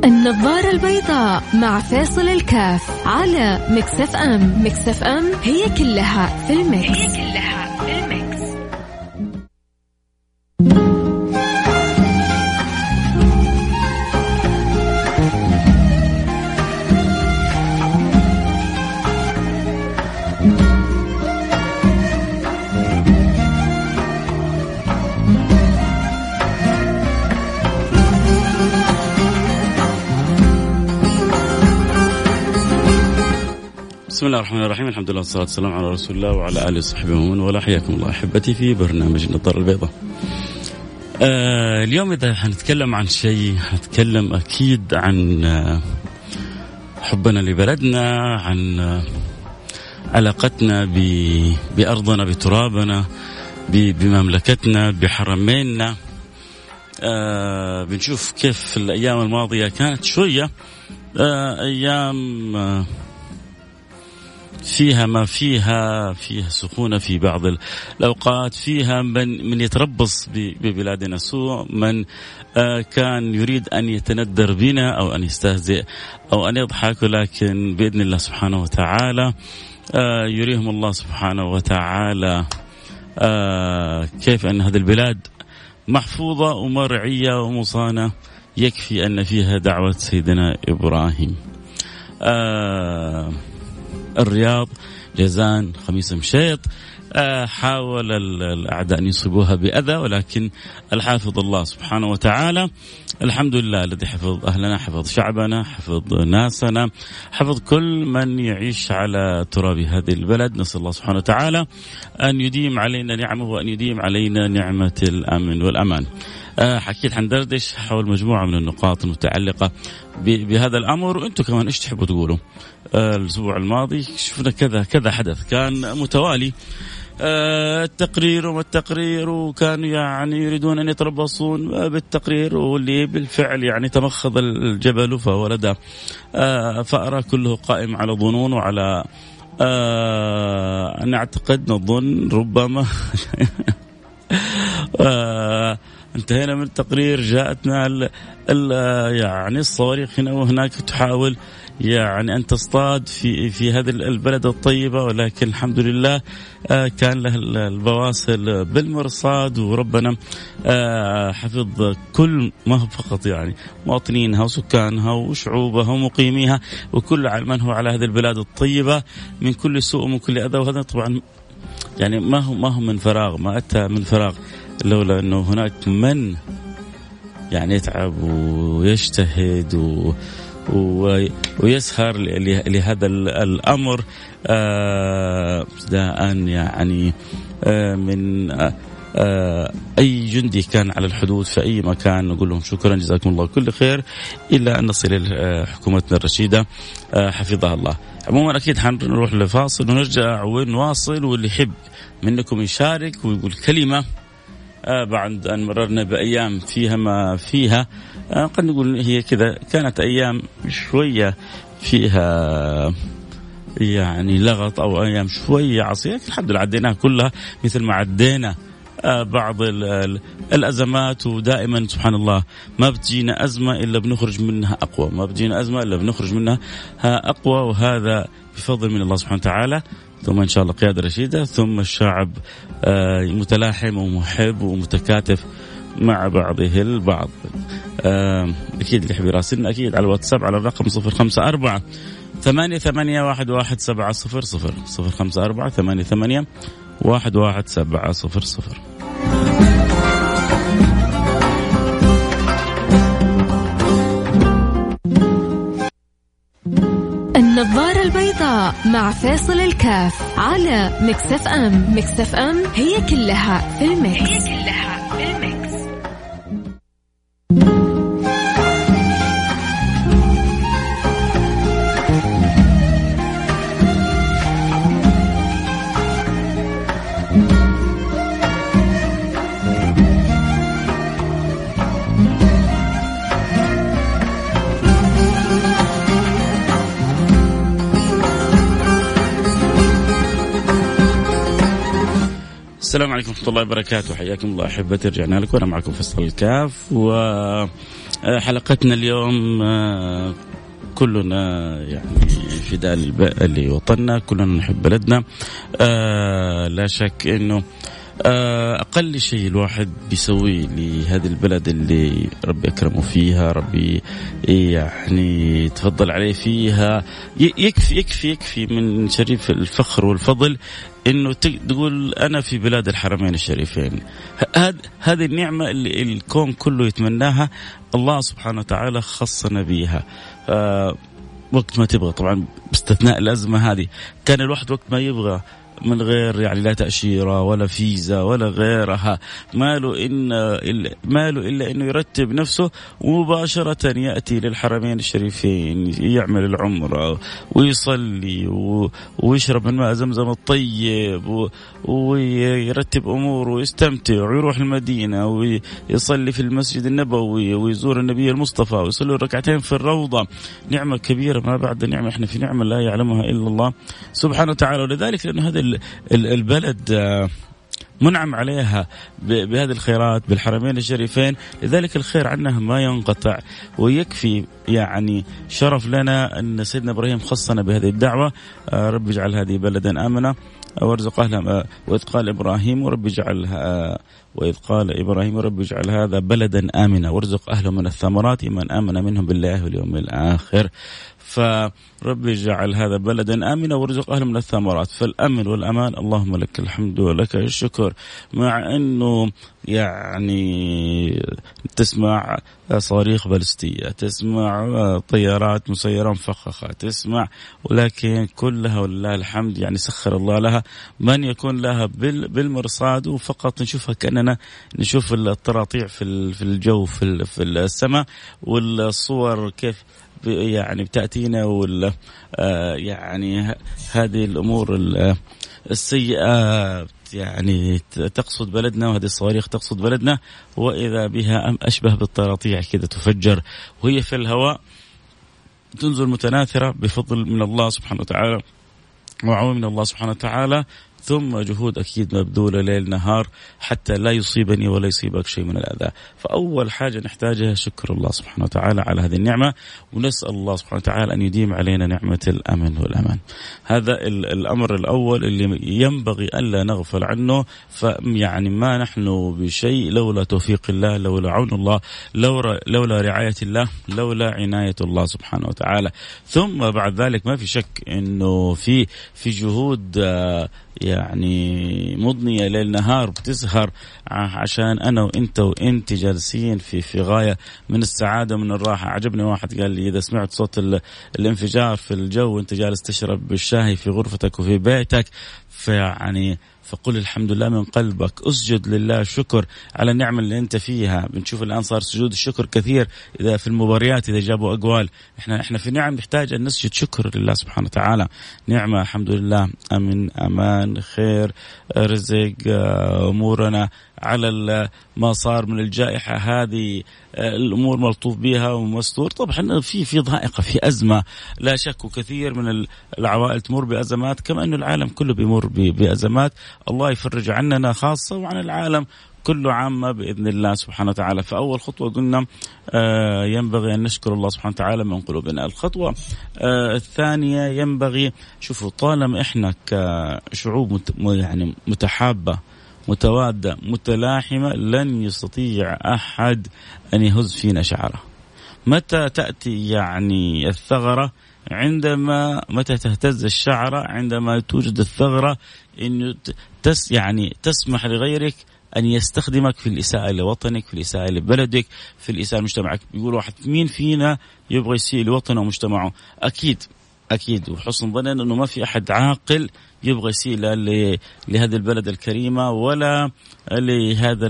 النظارة البيضاء مع فاصل الكاف على ميكس اف ام. ميكس اف ام هي كلها في الميكس. بسم الله الرحمن الرحيم. الحمد لله والصلاة والسلام على رسول الله وعلى آله وصحبه ومن والاه. حياكم الله أحبتي في برنامج النظارة البيضاء. اليوم إذا حنتكلم عن شيء حنتكلم أكيد عن حبنا لبلدنا، عن علاقتنا بأرضنا، بترابنا، بمملكتنا، بحرميننا. بنشوف كيف الأيام الماضية كانت شوية أيام فيها ما فيها سخونة في بعض الأوقات، فيها من يتربص ببلادنا سوء، من كان يريد أن يتندر بنا أو أن يستهزئ أو أن يضحك، ولكن بإذن الله سبحانه وتعالى يريهم الله سبحانه وتعالى كيف أن هذه البلاد محفوظة ومرعية ومصانة، يكفي أن فيها دعوة سيدنا إبراهيم. الرياض، جازان، خميس مشيط، حاول الأعداء أن يصيبوها بأذى، ولكن الحافظ الله سبحانه وتعالى الحمد لله الذي حفظ أهلنا، حفظ شعبنا، حفظ ناسنا، حفظ كل من يعيش على تراب هذه البلد. نسأل الله سبحانه وتعالى أن يديم علينا نعمه وأن يديم علينا نعمة الأمن والأمان. حكيت حندردش حول مجموعة من النقاط المتعلقة بهذا الأمر، وأنتم كمان إيش تحبوا تقولوا. الأسبوع الماضي شفنا كذا حدث كان متوالي، التقرير وما التقرير، وكانوا يعني يريدون أن يتربصون بالتقرير، واللي بالفعل يعني تمخض الجبل فولد فأرى كله قائم على ظنون وعلى أنا أعتقد نظن ربما انتهينا من التقرير، جاءتنا يعني الصواريخ هنا وهناك تحاول يعني أن تصطاد في هذه البلد الطيبة، ولكن الحمد لله كان له البواسل بالمرصاد، وربنا حفظ كل ما هو فقط يعني مواطنينها وسكانها وشعوبها ومقيميها وكل من هو على هذه البلاد الطيبة من كل سوء ومن كل أذى. وهذا طبعا يعني ما هو من فراغ، ما أتى من فراغ، لولا أنه هناك من يعني يتعب ويجتهد ويسهر لهذا الأمر، ابتداء يعني من أي جندي كان على الحدود في أي مكان، نقول لهم شكرا جزاكم الله كل خير، إلا أن نصل إلى حكومتنا الرشيدة حفظها الله. عموما أكيد حنروح لفاصل ونرجع ونواصل، واللي يحب منكم يشارك ويقول كلمة بعد أن مررنا بأيام فيها ما فيها، قد نقول هي كذا كانت أيام شوية فيها يعني لغط أو أيام شوية عصية، الحمد لله عديناها كلها مثل ما عدينا بعض الأزمات. ودائما سبحان الله ما بتجينا أزمة إلا بنخرج منها أقوى، ما بتجينا أزمة إلا بنخرج منها أقوى، وهذا بفضل من الله سبحانه وتعالى، ثم إن شاء الله قيادة رشيدة، ثم الشعب متلاحم ومحب ومتكاتف مع بعضه البعض. أكيد اللي يحب يراسلنا أكيد على الواتساب على الرقم 054 88117000 054 88117000. النظارة البيضاء مع فاصل الكاف على ميكس اف ام. ميكس اف ام هي كلها في الميكس. السلام عليكم ورحمة الله وبركاته. حياكم الله أحبتي، رجعنا لكم، أنا معكم فاصل الكاف. حلقتنا اليوم كلنا يعني فداء لوطننا، كلنا نحب بلدنا. لا شك أنه أقل شيء الواحد بيسويه لهذه البلد اللي ربي أكرمه فيها، ربي يعني تفضل عليه فيها، يكفي من شريف الفخر والفضل إنه تقول أنا في بلاد الحرمين الشريفين. هذه النعمة اللي الكون كله يتمناها، الله سبحانه وتعالى خصنا بيها. وقت ما تبغى، طبعا باستثناء الأزمة هذه، كان الواحد وقت ما يبغى من غير يعني لا تأشيرة ولا فيزا ولا غيرها، ماله إلا إنه يرتب نفسه ومباشرة يأتي للحرمين الشريفين، يعمل العمرة ويصلي ويشرب من ماء زمزم الطيب ويرتب أموره ويستمتع ويروح المدينة ويصلي في المسجد النبوي ويزور النبي المصطفى ويصلي ركعتين في الروضة. نعمة كبيرة ما بعد نعمة، إحنا في نعمة لا يعلمها إلا الله سبحانه وتعالى. ولذلك لأن هذا البلد منعم عليها بهذه الخيرات بالحرمين الشريفين، لذلك الخير عنها ما ينقطع. ويكفي يعني شرف لنا أن سيدنا إبراهيم خصنا بهذه الدعوة، رب اجعل هذه بلدا آمنا وارزق أهلها. وإذ قال إبراهيم رب اجعل هذا بلدا آمنا وارزق أهله من الثمرات من آمن منهم بالله واليوم الآخر. فرب اجعل هذا بلدا آمنا وارزق أهله من الثمرات. فالأمن والأمان اللهم لك الحمد ولك الشكر. مع أنه يعني تسمع صواريخ بالستية، تسمع طيارات مسيرة مفخخة، تسمع، ولكن كلها ولله الحمد يعني سخر الله لها من يكون لها بالمرصاد، وفقط نشوفها كأننا نشوف الطراطيع في الجو في السماء، والصور كيف يعني بتأتينا، ولا يعني هذه الأمور السيئة يعني تقصد بلدنا، وهذه الصواريخ تقصد بلدنا، وإذا بها أشبه بالطراطيع كده تفجر وهي في الهواء، تنزل متناثرة بفضل من الله سبحانه وتعالى وعون من الله سبحانه وتعالى، ثم جهود أكيد مبذولة ليل نهار حتى لا يصيبني ولا يصيبك شيء من الأذى. فأول حاجة نحتاجها شكر الله سبحانه وتعالى على هذه النعمة، ونسأل الله سبحانه وتعالى أن يديم علينا نعمة الأمن والأمان. هذا الأمر الأول اللي ينبغي ألا نغفل عنه. فيعني ما نحن بشيء لولا توفيق الله، لولا عون الله، لولا رعاية الله، لولا عناية الله سبحانه وتعالى. ثم بعد ذلك ما في شك إنه في جهود يعني مضنية ليل نهار بتسهر عشان أنا وإنت جالسين في غاية من السعادة من الراحة. عجبني واحد قال لي إذا سمعت صوت الانفجار في الجو وإنت جالس تشرب بالشاي في غرفتك وفي بيتك، فيعني فقل الحمد لله من قلبك، أسجد لله شكر على النعمة اللي أنت فيها. بنشوف الآن صار سجود الشكر كثير إذا في المباريات إذا جابوا أقوال. إحنا في نعم نحتاج أن نسجد شكر لله سبحانه وتعالى. نعمة الحمد لله، أمن، أمان، خير، رزق، أمورنا على ما صار من الجائحة هذه، الأمور ملطوف بها ومستور. طبعا في ضائقة، في أزمة لا شك، وكثير من العوائل تمر بأزمات، كما أن العالم كله بيمر بأزمات. الله يفرج عننا خاصة وعن العالم كله عامة بإذن الله سبحانه وتعالى. فأول خطوة قلنا ينبغي أن نشكر الله سبحانه وتعالى من قلوبنا. الخطوة الثانية ينبغي، شوفوا، طالما إحنا كشعوب يعني متحابة متوادة متلاحمة، لن يستطيع أحد أن يهز فينا شعره. متى تأتي يعني الثغرة؟ متى تهتز الشعرة؟ عندما توجد الثغرة إنه يعني تسمح لغيرك أن يستخدمك في الإساءة لوطنك، في الإساءة لبلدك، في الإساءة لمجتمعك. بيقول واحد مين فينا يبغى يسيء لوطنه ومجتمعه؟ أكيد وحسن ظننا أنه ما في أحد عاقل يبغى يسيء لهذه البلد الكريمة ولا لهذا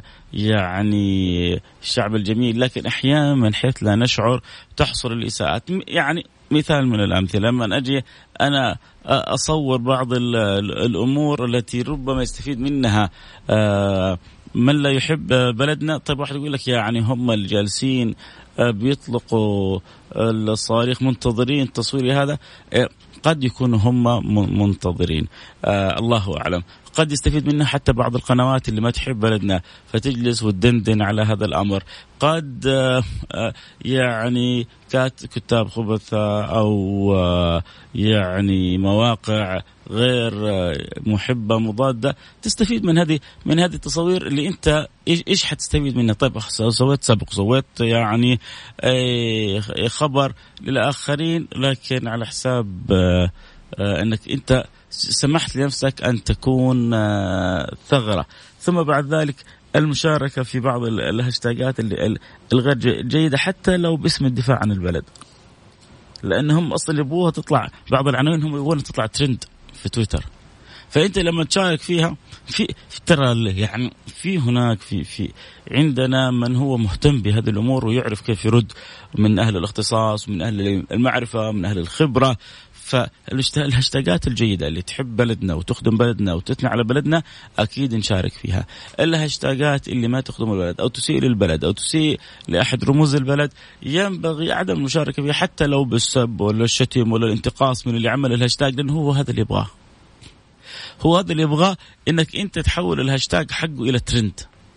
يعني الشعب الجميل. لكن أحيانا من حيث لا نشعر تحصل الإساءات. يعني مثال من الأمثلة، لما أجي أنا أصور بعض الأمور التي ربما يستفيد منها من لا يحب بلدنا. طيب واحد يقول لك يعني هم الجالسين بيطلقوا الصواريخ منتظرين تصويري هذا، قد يكونوا هم منتظرين، الله أعلم. قد يستفيد منها حتى بعض القنوات اللي ما تحب بلدنا فتجلس وتدندن على هذا الأمر. قد يعني كتاب خبثة أو يعني مواقع غير محبة مضادة تستفيد من هذه التصوير اللي أنت إيش حتستفيد منها؟ طيب سويت سبق، سويت يعني خبر للآخرين، لكن على حساب أنك أنت سمحت لنفسك أن تكون ثغرة. ثم بعد ذلك المشاركة في بعض الهاشتاجات الغير جيدة حتى لو باسم الدفاع عن البلد، لأنهم أصلا يبغوها تطلع، بعض العناوين هم يبغون تطلع ترند في تويتر. فأنت لما تشارك فيها في ترى يعني في هناك في عندنا من هو مهتم بهذه الأمور ويعرف كيف يرد، من أهل الاختصاص، من أهل المعرفة، من أهل الخبرة. فالهاشتاجات الجيدة اللي تحب بلدنا وتخدم بلدنا وتثني على بلدنا أكيد نشارك فيها. الهاشتاجات اللي ما تخدم البلد أو تسيء للبلد أو تسيء لأحد رموز البلد ينبغي عدم المشاركة فيها، حتى لو بالسب ولا الشتم ولا الانتقاص من اللي عمل الهاشتاج، لأنه هو هذا اللي يبغاه. هو هذا اللي يبغاه، إنك أنت تحول الهاشتاج حقه إلى ترند.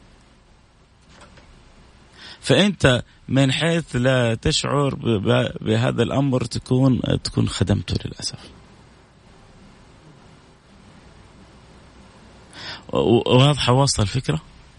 فأنت من حيث لا تشعر بهذا الأمر تكون خدمته للأسف. واضحة واصلة الفكرة؟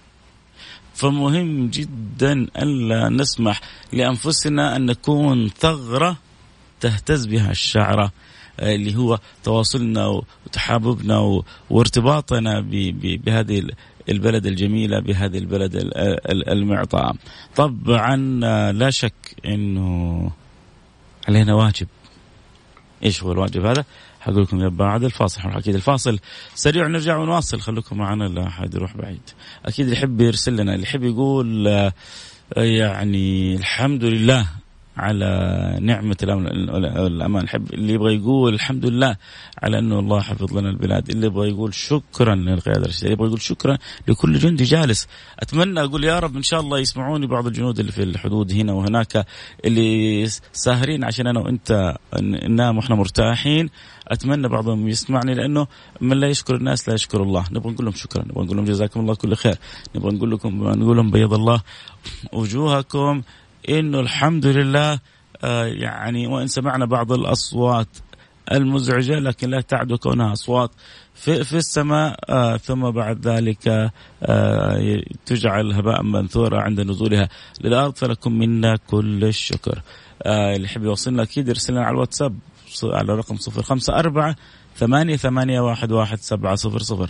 فمهم جدا ألا نسمح لأنفسنا أن نكون ثغرة تهتز بها الشعرة، اللي هو تواصلنا وتحاببنا وارتباطنا بهذه البلد الجميلة، بهذه البلد المعطاء. طبعا لا شك أنه علينا واجب. إيش هو الواجب هذا؟ حقول لكم بعد الفاصل. أكيد الفاصل سريع ونرجع ونواصل، خلوكم معنا لا أحد يروح بعيد. أكيد اللي يحب يرسل لنا، اللي يحب يقول يعني الحمد لله على نعمة الأمان، نحب اللي يبغى يقول الحمد لله على أنه الله حفظ لنا البلاد، اللي يبغى يقول شكرا للقيادة الرشيدة، اللي يبغى يقول شكرا لكل جندي جالس. أتمنى أقول يا رب إن شاء الله يسمعوني بعض الجنود اللي في الحدود هنا وهناك اللي ساهرين عشان أنا وإنت ننام وإحنا مرتاحين. أتمنى بعضهم يسمعني، لأنه من لا يشكر الناس لا يشكر الله. نبغى نقول لهم شكرا، نبغى نقول لهم جزاكم الله كل خير، نبغى نقول لهم بيض الله وجوهكم، إنه الحمد لله. يعني وإن سمعنا بعض الأصوات المزعجة لكن لا تعد كونها أصوات في السماء، ثم بعد ذلك تجعل هباء منثورا عند نزولها للأرض، فلكم منا كل الشكر. اللي يحب يوصلنا أكيد يرسلنا على الواتساب على رقم 054-8811-700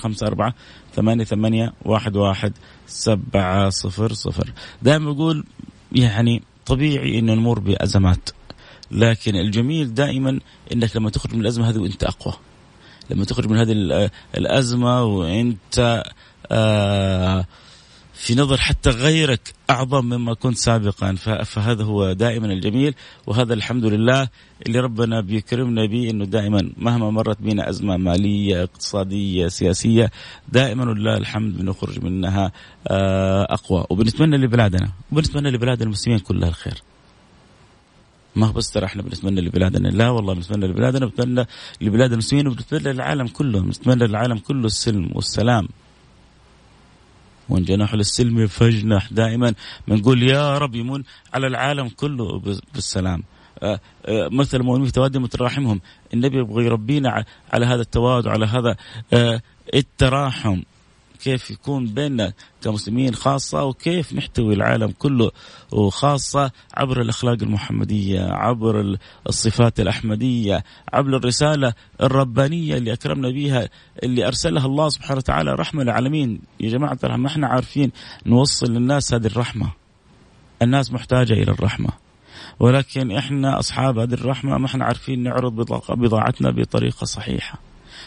054-8811-700. دائما بقول يعني طبيعي إنه نمر بأزمات، لكن الجميل دائما إنك لما تخرج من الأزمة هذه وإنت أقوى، لما تخرج من هذه الأزمة وإنت في نظر حتى غيرك أعظم مما كنت سابقا. فهذا هو دائما الجميل، وهذا الحمد لله اللي ربنا بيكرمنا به، إنه دائما مهما مرت بنا أزمة مالية اقتصادية سياسية دائما ولله الحمد بنخرج منها أقوى. وبنتمنى لبلادنا وبنتمنى لبلاد المسلمين كلها الخير، ما بس ترى احنا بنتمنى لبلادنا، لا والله بنتمنى لبلادنا، بنتمنى لبلاد المسلمين، وبنتمنى للعالم كله، بنتمنى للعالم كله السلم والسلام. وإن جناح للسلم فاجنح، دائما بنقول يا رب يمن على العالم كله بالسلام. مثل المؤمنين توادي متراحمهم، النبي يبغى يربينا على هذا التواد وعلى هذا التراحم، كيف يكون بيننا كمسلمين خاصة، وكيف نحتوي العالم كله وخاصة عبر الأخلاق المحمدية، عبر الصفات الأحمدية، عبر الرسالة الربانية اللي أكرمنا بها، اللي أرسلها الله سبحانه وتعالى رحمة للعالمين. يا جماعة ما احنا عارفين نوصل للناس هذه الرحمة، الناس محتاجة إلى الرحمة، ولكن احنا أصحاب هذه الرحمة ما احنا عارفين نعرض بضاعتنا بطريقة صحيحة.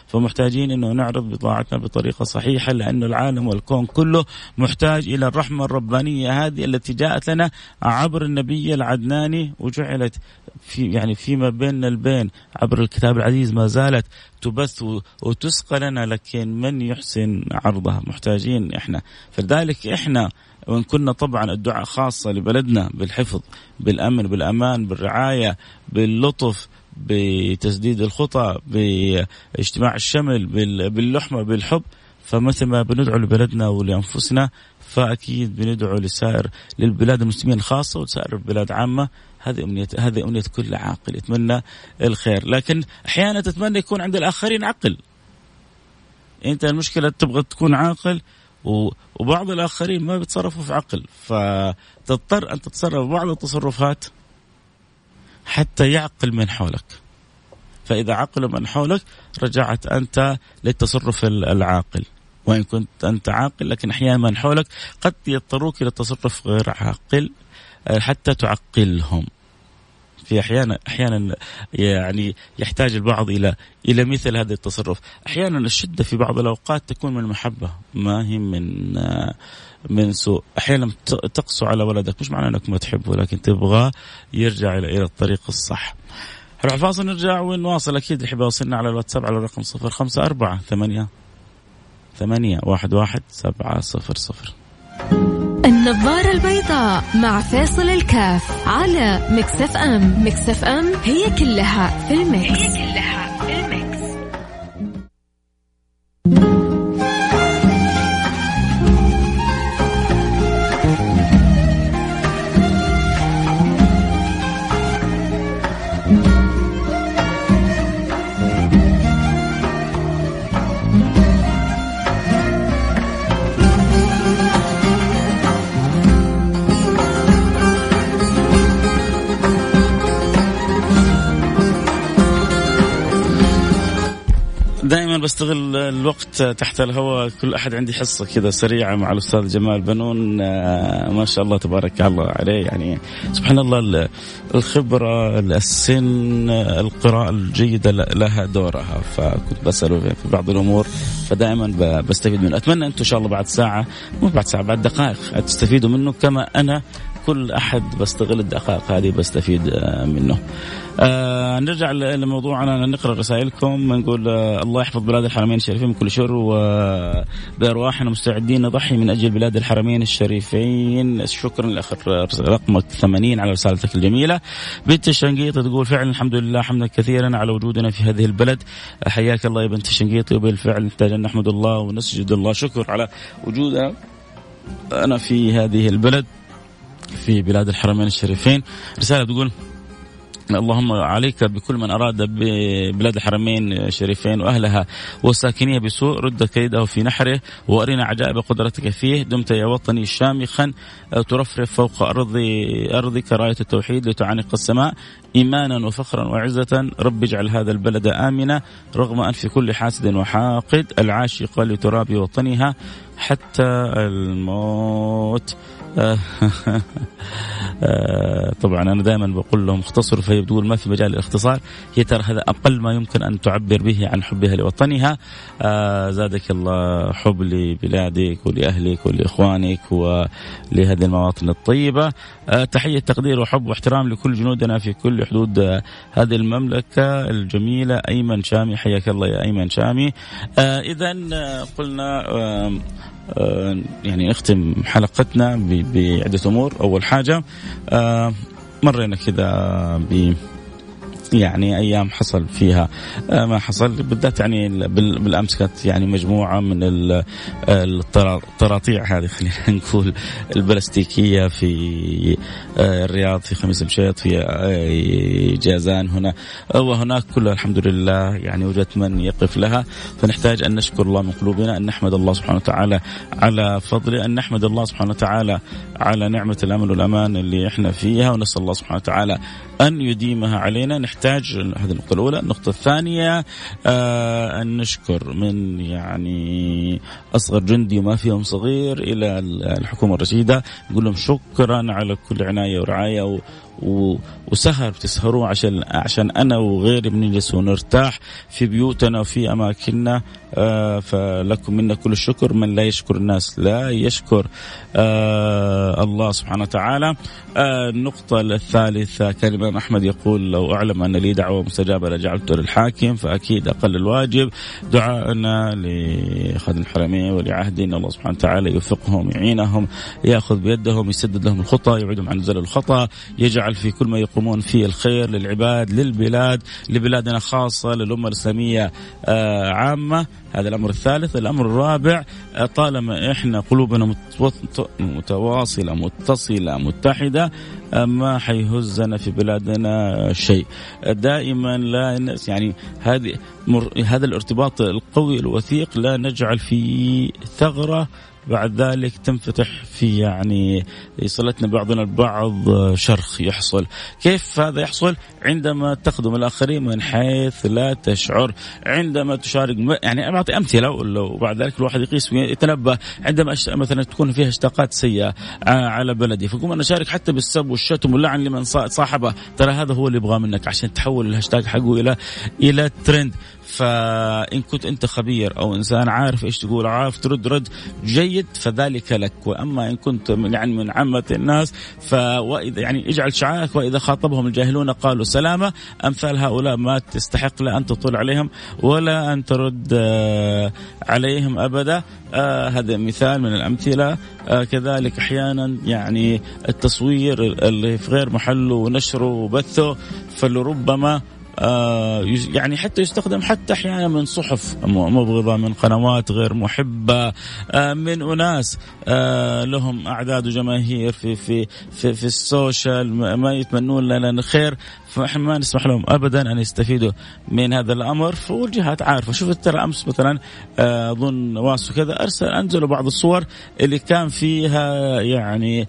فمحتاجين أنه نعرض بطاعتنا بطريقة صحيحة، لأن العالم والكون كله محتاج إلى الرحمة الربانية هذه التي جاءت لنا عبر النبي العدناني وجعلت فيما بيننا البين عبر الكتاب العزيز ما زالت تبث وتسقى لنا، لكن من يحسن عرضها؟ محتاجين إحنا. فلذلك إحنا وإن كنا طبعا الدعاء خاصة لبلدنا بالحفظ، بالأمن، بالأمان، بالرعاية، باللطف، بتسديد الخطى، باجتماع الشمل، باللحمة، بالحب، فمثل ما بندعو لبلدنا ولأنفسنا فأكيد بندعو للبلاد المسلمين خاصة وسائر البلاد عامة. هذه أمنية كل عاقل يتمنى الخير، لكن أحيانا تتمنى يكون عند الآخرين عقل. أنت المشكلة تبغى تكون عاقل وبعض الآخرين ما بيتصرفوا في عقل، فتضطر أن تتصرف بعض التصرفات حتى يعقل من حولك. فإذا عقل من حولك رجعت أنت للتصرف العاقل، وإن كنت أنت عاقل لكن أحيانا من حولك قد يضطروك إلى التصرف غير عاقل حتى تعقلهم. في أحيانا يعني يحتاج البعض إلى مثل هذا التصرف. أحيانا الشدة في بعض الأوقات تكون من محبة ما هي من سوء. أحيانا تقسو على ولدك مش معناه أنك ما تحبه، لكن تبغى يرجع إلى الطريق الصح. هنروح فاصل نرجع ونواصل. أكيد يحب يوصلنا على الواتساب على الرقم 0548811700. النظارة البيضاء مع فاصل الكاف على مكسف أم. مكسف أم هي كلها في الميكس. دائما بستغل الوقت تحت الهواء، كل أحد عندي حصة كذا سريعة مع الأستاذ جمال بنون، ما شاء الله تبارك الله عليه. يعني سبحان الله، الخبرة، السن، القراءة الجيدة لها دورها. فكنت بسأله في بعض الأمور فدائما بستفيد منه. أتمنى أنتم إن شاء الله بعد ساعة، مو بعد ساعة، بعد دقائق تستفيدوا منه كما أنا كل أحد بستغل الدقائق هذه بستفيد منه. نرجع لموضوعنا، نقرأ رسائلكم. نقول الله يحفظ بلاد الحرمين الشريفين من كل شر، وبأرواحنا مستعدين نضحي من أجل بلاد الحرمين الشريفين. شكرا لأخر رقمك 80 على رسالتك الجميلة. بنت الشنقيطي تقول فعلا الحمد لله حمدا كثيرا على وجودنا في هذه البلد. حياك الله يا بنت الشنقيطي، وبالفعل نحتاج أن نحمد الله ونسجد الله شكر على وجودنا أنا في هذه البلد في بلاد الحرمين الشريفين. رسالة تقول اللهم عليك بكل من أراد ببلاد الحرمين الشريفين وأهلها وساكنيها بسوء، رد كيده في نحره وأرنا عجائب قدرتك فيه. دمت يا وطني شامخا ترفرف فوق أرضك راية التوحيد لتعانق السماء إيمانا وفخرا وعزة. رب اجعل هذا البلد آمنا رغم أن في كل حاسد وحاقد، العاشقة لتراب وطنها حتى الموت. طبعا أنا دائما بقول لهم اختصروا، فهي بتقول ما في مجال للاختصار. هي ترى هذا أقل ما يمكن أن تعبر به عن حبها لوطنها. زادك الله حب لبلادك ولأهلك ولإخوانك ولهذه المواطن الطيبة. تحية تقدير وحب واحترام لكل جنودنا في كل حدود هذه المملكة الجميلة. أيمن شامي، حياك الله يا أيمن شامي. إذن قلنا يعني نختم حلقتنا بعدة أمور. أول حاجة مرينا كذا يعني أيام حصل فيها ما حصل، بالذات يعني بالأمس كانت يعني مجموعة من الطراطيع هذه خلينا نقول البلاستيكية في الرياض، في خميس مشيط، في جازان هنا وهناك، كلها الحمد لله يعني وجدت من يقف لها. فنحتاج أن نشكر الله من قلوبنا، أن نحمد الله سبحانه وتعالى على فضله، أن نحمد الله سبحانه وتعالى على نعمة الأمن والأمان اللي إحنا فيها، ونسأل الله سبحانه وتعالى أن يديمها علينا. نحتاج هذه النقطة الأولى. النقطة الثانية أن نشكر من يعني أصغر جندي وما فيهم صغير إلى الحكومة الرشيدة، نقول لهم شكرا على كل عناية ورعاية وسهر بتسهروا عشان أنا وغيري بنجلس ونرتاح في بيوتنا وفي أماكننا. فلكم منا كل الشكر. من لا يشكر الناس لا يشكر الله سبحانه وتعالى. النقطة الثالثة كان الإمام أحمد يقول لو أعلم أن لي دعوة مستجابة لجعلت للحاكم، فأكيد أقل الواجب دعاءنا لخادم الحرمين ولعهدنا الله سبحانه وتعالى يوفقهم يعينهم يأخذ بيدهم يسدد لهم الخطى يعيدهم عن زل الخطأ يجعل في كل ما يقومون فيه الخير للعباد للبلاد لبلادنا خاصة للأمة الإسلامية عامة. هذا الأمر الثالث. الأمر الرابع طالما إحنا قلوبنا متواصلة متصلة متحدة ما حيهزنا في بلادنا شيء. دائما لا يعني هذا الارتباط القوي الوثيق لا نجعل فيه ثغرة بعد ذلك تنفتح في يعني صلتنا بعضنا البعض شرخ يحصل. كيف هذا يحصل؟ عندما تخدم الآخرين من حيث لا تشعر، عندما تشارك. يعني أنا أعطي أمثلة وبعد ذلك الواحد يقيس ويتنبه. عندما مثلا تكون فيها اشتاقات سيئة على بلدي فقوم أنا أشارك حتى بالسب والشتم واللعن لمن صاحبه، ترى هذا هو اللي يبغاه منك عشان تحول الهاشتاج حقه إلى ترند. فإن كنت أنت خبير أو إنسان عارف إيش تقول عارف ترد رد جيد فذلك لك. وأما إن كنت يعني من عامة الناس فوإذا يعني اجعل شعارك وإذا خاطبهم الجاهلون قالوا سلامة. أمثال هؤلاء ما تستحق لا أن تطول عليهم ولا أن ترد عليهم أبدا. هذا مثال من الأمثلة. كذلك أحيانا يعني التصوير اللي في غير محله ونشره وبثه فلربما يعني حتى يستخدم حتى أحيانا من صحف مبغضة من قنوات غير محبة من أناس لهم أعداد وجماهير في السوشيال ما يتمنون لنا الخير، فإحنا ما نسمح لهم أبدا أن يستفيدوا من هذا الأمر. والجهات عارفة. شوفت ترى أمس مثلا أظن واسو كذا أنزلوا بعض الصور اللي كان فيها يعني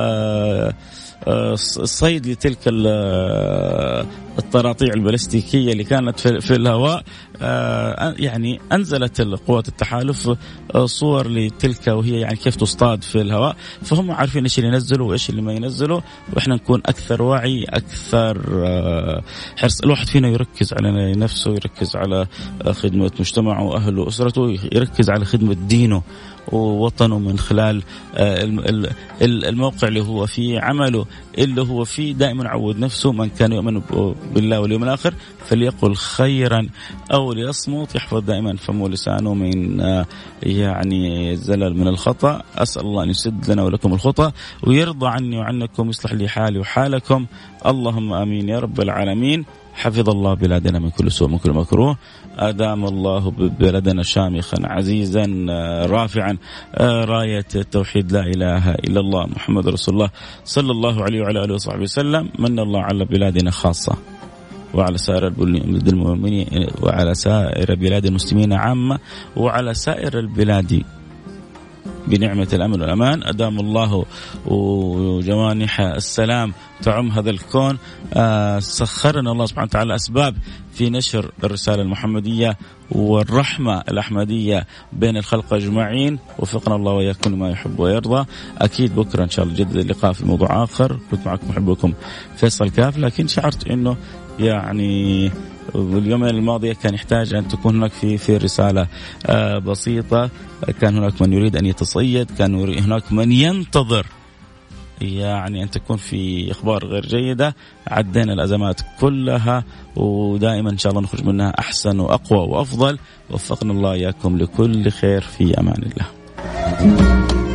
الصيد لتلك الطراطيع البلاستيكية اللي كانت في الهواء. يعني أنزلت قوات التحالف صور لتلك وهي يعني كيف تصطاد في الهواء. فهم عارفين إيش اللي ينزلوا وإيش اللي ما ينزلوا، وإحنا نكون أكثر وعي أكثر حرص. الواحد فينا يركز على نفسه، يركز على خدمة مجتمعه وأهله وأسرته، يركز على خدمة دينه ووطنه من خلال الموقع اللي هو فيه عمله اللي هو فيه. دائما عود نفسه من كان يؤمن بالله واليوم الآخر فليقل خيرا أو ليصمت. يحفظ دائما فمه ولسانه من يعني زلل من الخطأ. أسأل الله أن يسد لنا ولكم الخطأ ويرضى عني وعنكم يصلح لي حالي وحالكم. اللهم آمين يا رب العالمين. حفظ الله بلادنا من كل سوء من كل مكروه. أدام الله بلدنا شامخا عزيزا رافعا راية التوحيد لا إله إلا الله محمد رسول الله صلى الله عليه وعلى آله وصحبه وسلم. من الله على بلادنا خاصة وعلى سائر المؤمنين وعلى سائر بلاد المسلمين عامة وعلى سائر البلاد بنعمة الأمن والأمان. أدام الله وجوانح السلام تعم هذا الكون. سخرنا الله سبحانه وتعالى أسباب في نشر الرسالة المحمدية والرحمة الأحمدية بين الخلق أجمعين. وفقنا الله وإياكم لما يحب ويرضى. أكيد بكرة إن شاء الله جدد اللقاء في موضوع آخر. كنت معكم محبكم فيصل كاف، لكن شعرت إنه يعني اليومين الماضية كان يحتاج أن تكون هناك في رسالة بسيطة. كان هناك من يريد أن يتصيد، كان هناك من ينتظر يعني أن تكون في أخبار غير جيدة. عدينا الأزمات كلها ودائما إن شاء الله نخرج منها أحسن وأقوى وأفضل. وفقنا الله إياكم لكل خير في أمان الله.